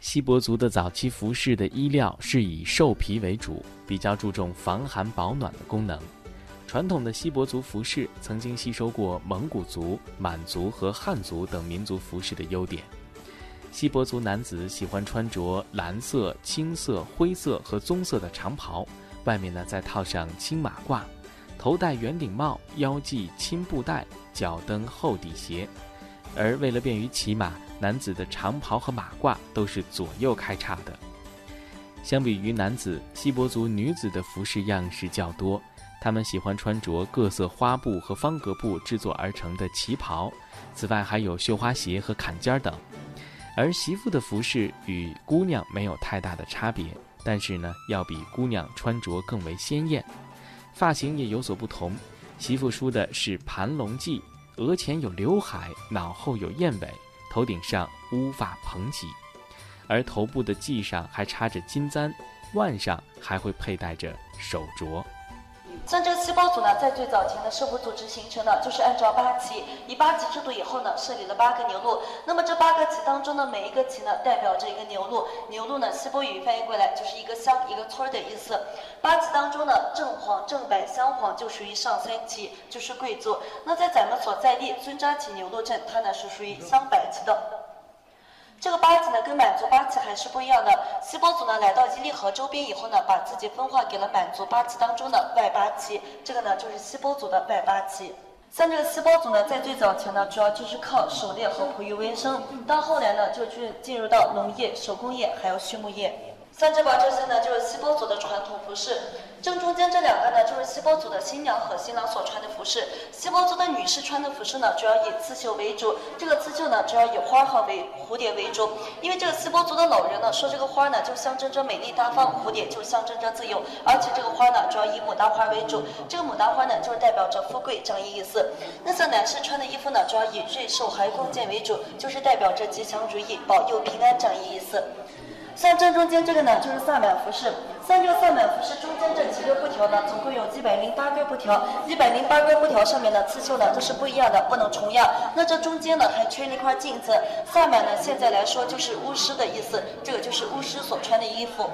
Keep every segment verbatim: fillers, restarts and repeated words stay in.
锡伯族的早期服饰的衣料是以兽皮为主，比较注重防寒保暖的功能。传统的锡伯族服饰曾经吸收过蒙古族、满族和汉族等民族服饰的优点。锡伯族男子喜欢穿着蓝色、青色、灰色和棕色的长袍，外面呢再套上青马褂，头戴圆顶帽，腰系青布带，脚蹬厚底鞋。而为了便于骑马，男子的长袍和马褂都是左右开叉的。相比于男子，锡伯族女子的服饰样式较多，她们喜欢穿着各色花布和方格布制作而成的旗袍，此外还有绣花鞋和坎肩等。而媳妇的服饰与姑娘没有太大的差别，但是呢，要比姑娘穿着更为鲜艳。发型也有所不同，媳妇梳的是盘龙髻，额前有刘海，脑后有燕尾，头顶上乌发蓬起，而头部的髻上还插着金簪，腕上还会佩戴着手镯。 像这个锡伯族呢，在最早前的社会组织形成呢，就是按照八旗，以八旗制度以后呢，设立了八个牛录。那么这八个旗当中呢，每一个旗呢代表着一个牛录。牛录呢，锡伯语翻译过来就是一个乡、一个村的意思。八旗当中呢，正黄、正白、镶黄就属于上三旗，就是贵族。那在咱们所在地孙扎旗牛录镇，它呢是属于镶白旗的。这个八旗呢，跟满族八旗还是不一样的。锡伯族呢，来到伊犁河周边以后呢，把自己分化给了满族八旗当中的外八旗，这个呢就是锡伯族的外八旗。像这个锡伯族呢，在最早前呢，主要就是靠狩猎和捕鱼为生，到后来呢，就去进入到农业、手工业还有畜牧业。像这把这些呢，就是锡伯族的传统服饰。正中间这两个呢，就是锡伯族的新娘和新郎所穿的服饰。锡伯族的女士穿的服饰呢，主要以刺绣为主。这个刺绣呢，主要以花和为蝴蝶为主。因为这个锡伯族的老人呢，说这个花呢，就象征着美丽大方，蝴蝶就象征着自由。而且这个花呢，主要以牡丹花为主。这个牡丹花呢，就是代表着富贵这样一意思。那像男士穿的衣服呢，主要以瑞寿还有弓箭为主，就是代表着吉祥如意、保佑平安这样一意思。像正中间这个呢，就是萨满服饰。像这个萨满服饰中间这几根布条呢，总共有一百零八根布条，一百零八根布条上面的刺绣呢都是不一样的，不能重样。那这中间呢还缺了一块镜子。萨满呢现在来说就是巫师的意思，这个就是巫师所穿的衣服。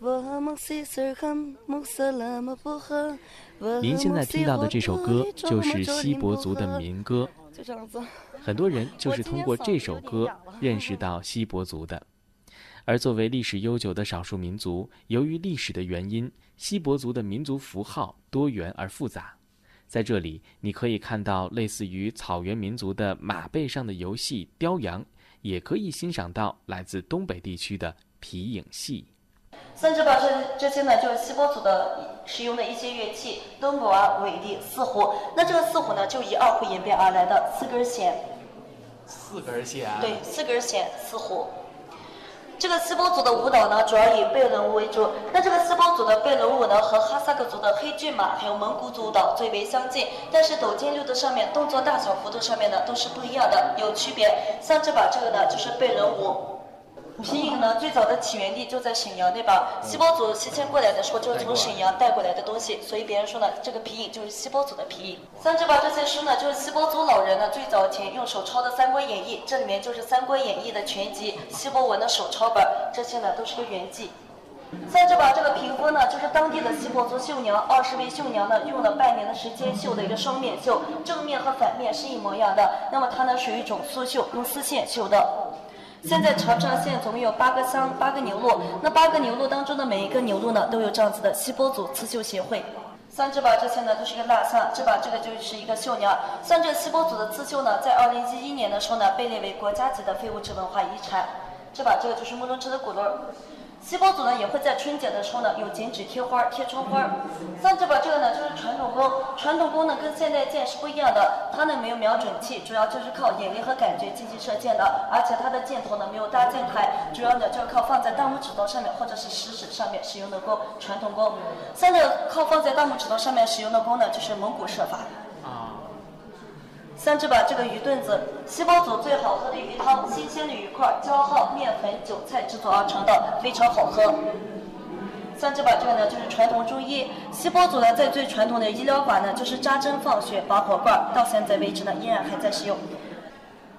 您现在听到的这首歌就是锡伯族的民歌， 就这样子。 很多人就是通过这首歌认识到锡伯族的。而作为历史悠久的少数民族，由于历史的原因，锡伯族的民族符号多元而复杂。在这里，你可以看到类似于草原民族的马背上的游戏雕羊，也可以欣赏到来自东北地区的皮影戏。 像这把这这些呢，就是锡伯族的使用的一些乐器，东鼓啊、尾笛、四胡。那这个四胡呢，就以二胡演变而来的，四根弦。 四根弦。 对，四根弦，四胡。这个锡伯族的舞蹈呢，主要以贝伦舞为主。那这个锡伯族的贝伦舞呢，和哈萨克族的黑骏马还有蒙古族舞蹈最为相近，但是抖肩溜的上面动作大小幅度上面呢都是不一样的，有区别。像这把这个呢，就是贝伦舞。皮影呢，最早的起源地就在沈阳那边。锡伯族西迁过来的时候，就是从沈阳带过来的东西，所以别人说呢，这个皮影就是锡伯族的皮影。像这把这些书呢，就是锡伯族老人呢最早前用手抄的《三国演义》，这里面就是《三国演义》的全集，锡伯文的手抄本，这些呢都是个原迹。像这把这个屏风呢，就是当地的锡伯族绣娘，二十位绣娘呢用了半年的时间绣的一个双面绣，正面和反面是一模一样的。那么它呢属于一种素绣，用丝线绣的。现在长沙县总共有八个乡、八个牛录，那八个牛录当中的每一个牛录呢，都有这样子的锡伯族刺绣协会。像这把这些呢，都是一个蜡像，这把这个就是一个绣娘。像这个锡伯族的刺绣呢，在二零一一年的时候呢，被列为国家级的非物质文化遗产。这把这个就是木龙车的鼓轮。锡伯族呢也会在春节的时候呢有剪纸贴花、贴窗花。像这把这个呢就是传统弓，传统弓呢跟现代箭是不一样的，它呢没有瞄准器，主要就是靠眼力和感觉进行射箭的，而且它的箭头呢没有搭箭台，主要呢就要靠放在大拇指头上面或者是食指上面使用的弓，传统弓。像这个靠放在大拇指头上面使用的弓呢，就是蒙古射法。像这把这个鱼盾子，锡伯族最好喝的鱼汤，新鲜的鱼块、胶耗、面粉、韭菜制作而成的，非常好喝。像这把这个呢，就是传统中医。锡伯族呢，在最传统的医疗法呢，就是扎针放血、拔火罐，到现在为止呢，依然还在使用。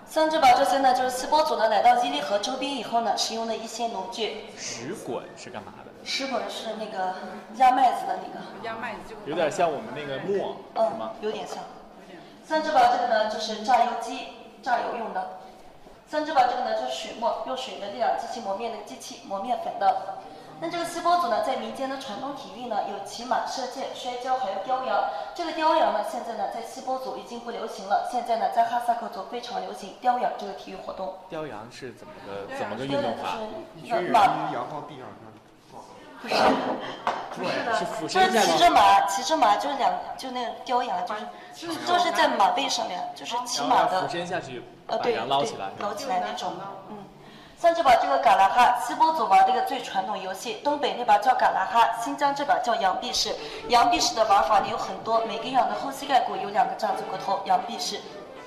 三只把这些呢，就是锡伯族呢来到伊犁河周边以后呢，使用的一些农具。 石滚是干嘛的？ 石滚是那个压麦子的那个。 压麦子有点像我们那个磨， 嗯， 是吗？ 有点像。三只把这个呢，就是榨油机，榨油用的。三只把这个呢，就是水磨，用水的力量进行磨面的机器，磨面粉的。那这个锡伯族呢，在民间的传统体育呢，有骑马、射箭、摔跤，还有雕羊。这个雕羊呢，现在呢，在锡伯族已经不流行了。现在呢，在哈萨克族非常流行雕羊这个体育活动。 雕羊是怎么个怎么个运动法？ 一群人羊放地上上。 不是，不是的， 是俯就是身下骑着马，骑着马就是两，就那个雕羊，就是就是在马背上面，就是骑马的。 俯身下去， 呃， 把对羊捞起来， 捞起来那种。嗯。三只把这个嘎拉哈，锡伯族玩这个最传统游戏，东北那边叫嘎拉哈，新疆这边叫羊臂式。羊臂式的玩法呢有很多，每个羊的后膝盖骨有两个掌子骨头，羊臂式。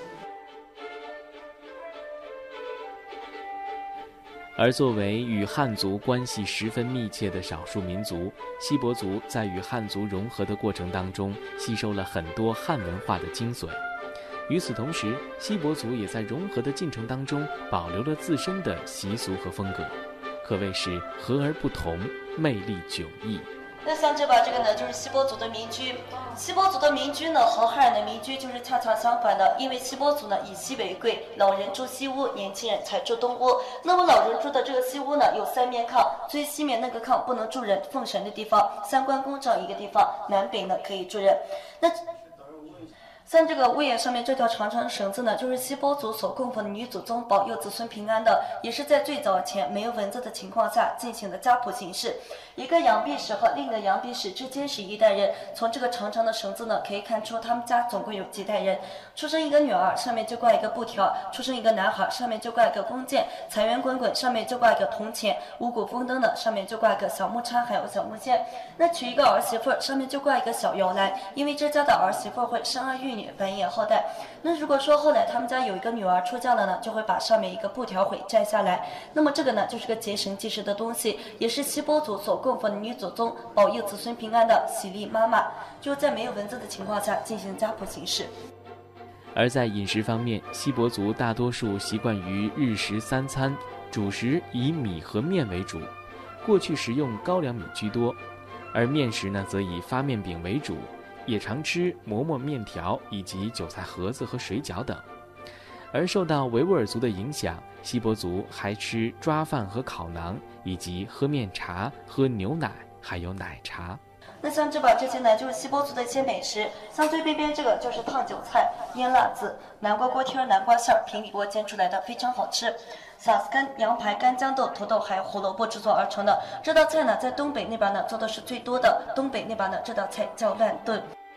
而作为与汉族关系十分密切的少数民族，锡伯族在与汉族融合的过程当中，吸收了很多汉文化的精髓。与此同时，锡伯族也在融合的进程当中保留了自身的习俗和风格，可谓是和而不同，魅力迥异。 那三只把这个呢，就是锡伯族的民居。锡伯族的民居呢，和汉人的民居就是恰恰相反的，因为锡伯族呢以西为贵，老人住西屋，年轻人才住东屋。那么老人住的这个西屋呢，有三面炕，最西面那个炕不能住人，奉神的地方，三关公正一个地方，南北呢可以住人。那像这个屋檐上面这条长长的绳子呢，就是锡伯族所供奉的女祖宗保佑子孙平安的，也是在最早前没有文字的情况下进行的家谱形式。一个羊臂史和另一个羊臂史之间是一代人，从这个长长的绳子呢，可以看出他们家总共有几代人。出生一个女儿，上面就挂一个布条；出生一个男孩，上面就挂一个弓箭；财源滚滚，上面就挂一个铜钱；五谷丰登的，上面就挂一个小木叉，还有小木线。那娶一个儿媳妇，上面就挂一个小摇篮，因为这家的儿媳妇会生儿育女，繁衍后代。那如果说后来他们家有一个女儿出嫁了呢，就会把上面一个布条会摘下来。那么这个呢，就是个结绳记事的东西，也是锡伯族所供奉的女祖宗保佑子孙平安的喜力妈妈，就在没有文字的情况下进行家谱形式。 而在饮食方面，锡伯族大多数习惯于日食三餐，主食以米和面为主，过去食用高粱米居多，而面食呢则以发面饼为主，也常吃馍馍面条以及韭菜盒子和水饺等。而受到维吾尔族的影响，锡伯族还吃抓饭和烤馕，以及喝面茶、喝牛奶，还有奶茶。 那像这把这些呢，就是锡伯族的一些美食。像最边边这个就是烫韭菜、腌辣子、南瓜锅贴、南瓜馅儿，平底锅煎出来的，非常好吃。萨斯干羊排、干豇豆、土豆还有胡萝卜制作而成的这道菜呢，在东北那边呢做的是最多的。东北那边呢，这道菜叫乱炖。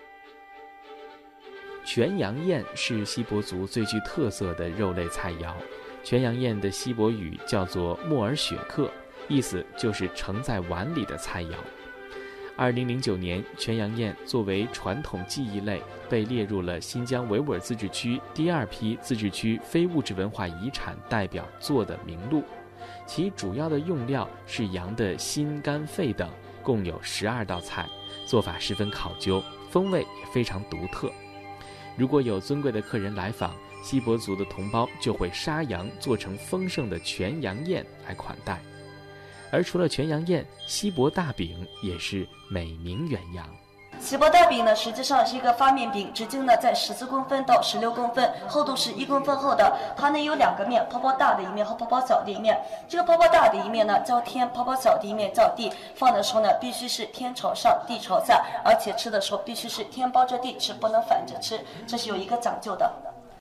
全羊宴是锡伯族最具特色的肉类菜肴。全羊宴的锡伯语叫做莫尔雪克，意思就是盛在碗里的菜肴。二零零九年，全羊宴作为传统技艺类被列入了新疆维吾尔自治区第二批自治区非物质文化遗产代表作的名录。其主要的用料是羊的心、肝、肺等，共有十二道菜，做法十分考究，风味也非常独特。如果有尊贵的客人来访，锡伯族的同胞就会杀羊做成丰盛的全羊宴来款待。而除了全羊宴，锡伯大饼也是美名远扬。 锡伯大饼呢，实际上是一个发面饼，直径呢在十四公分到十六公分，厚度是一公分厚的。它呢有两个面，泡泡大的一面和泡泡小的一面。这个泡泡大的一面呢叫天，泡泡小的一面叫地。放的时候呢，必须是天朝上，地朝下，而且吃的时候必须是天包着地吃，不能反着吃，这是有一个讲究的。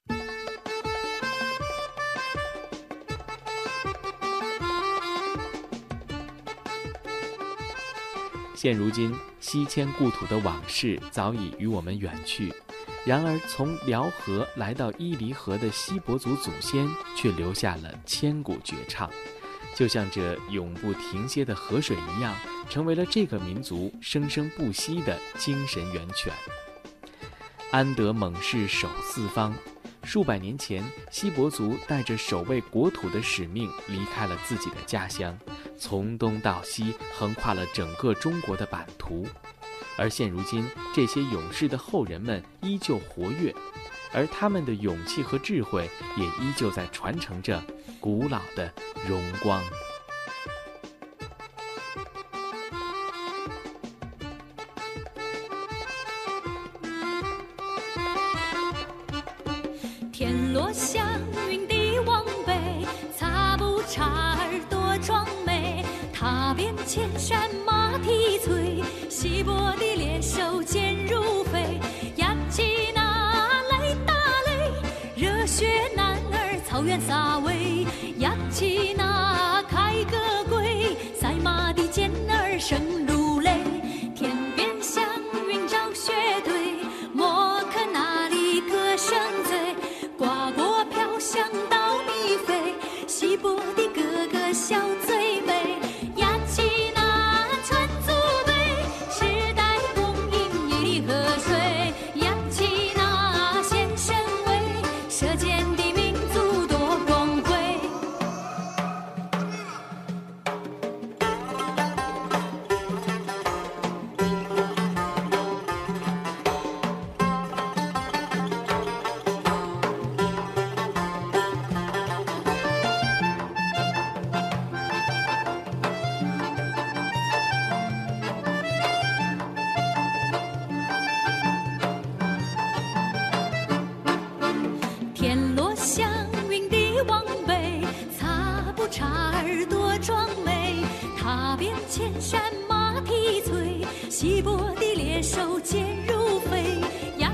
现如今，西迁故土的往事早已与我们远去，然而从辽河来到伊犁河的锡伯族祖先却留下了千古绝唱，就像这永不停歇的河水一样，成为了这个民族生生不息的精神源泉。安得猛士守四方，数百年前，锡伯族带着守卫国土的使命离开了自己的家乡，从东到西横跨了整个中国的版图。而现如今，这些勇士的后人们依旧活跃， 而他们的勇气和智慧也依旧在传承着古老的荣光。 天落祥云地往北，擦不差耳朵装美。踏遍千山马蹄催，稀薄的猎手箭如飞。扬起那雷打雷，热血男儿草原撒威。扬起那凯歌归，赛马的健儿声如雷。天边祥云照雪堆，莫看那里歌声醉。刮过飘香稻米飞，稀薄的哥哥笑最美。压起那川足队，时代供应一滴河水。扬起那先生威，射箭的民族多光辉。天落祥云地往北，擦不差耳朵装美。踏遍千山马蹄催，稀薄的猎手箭如飞。扬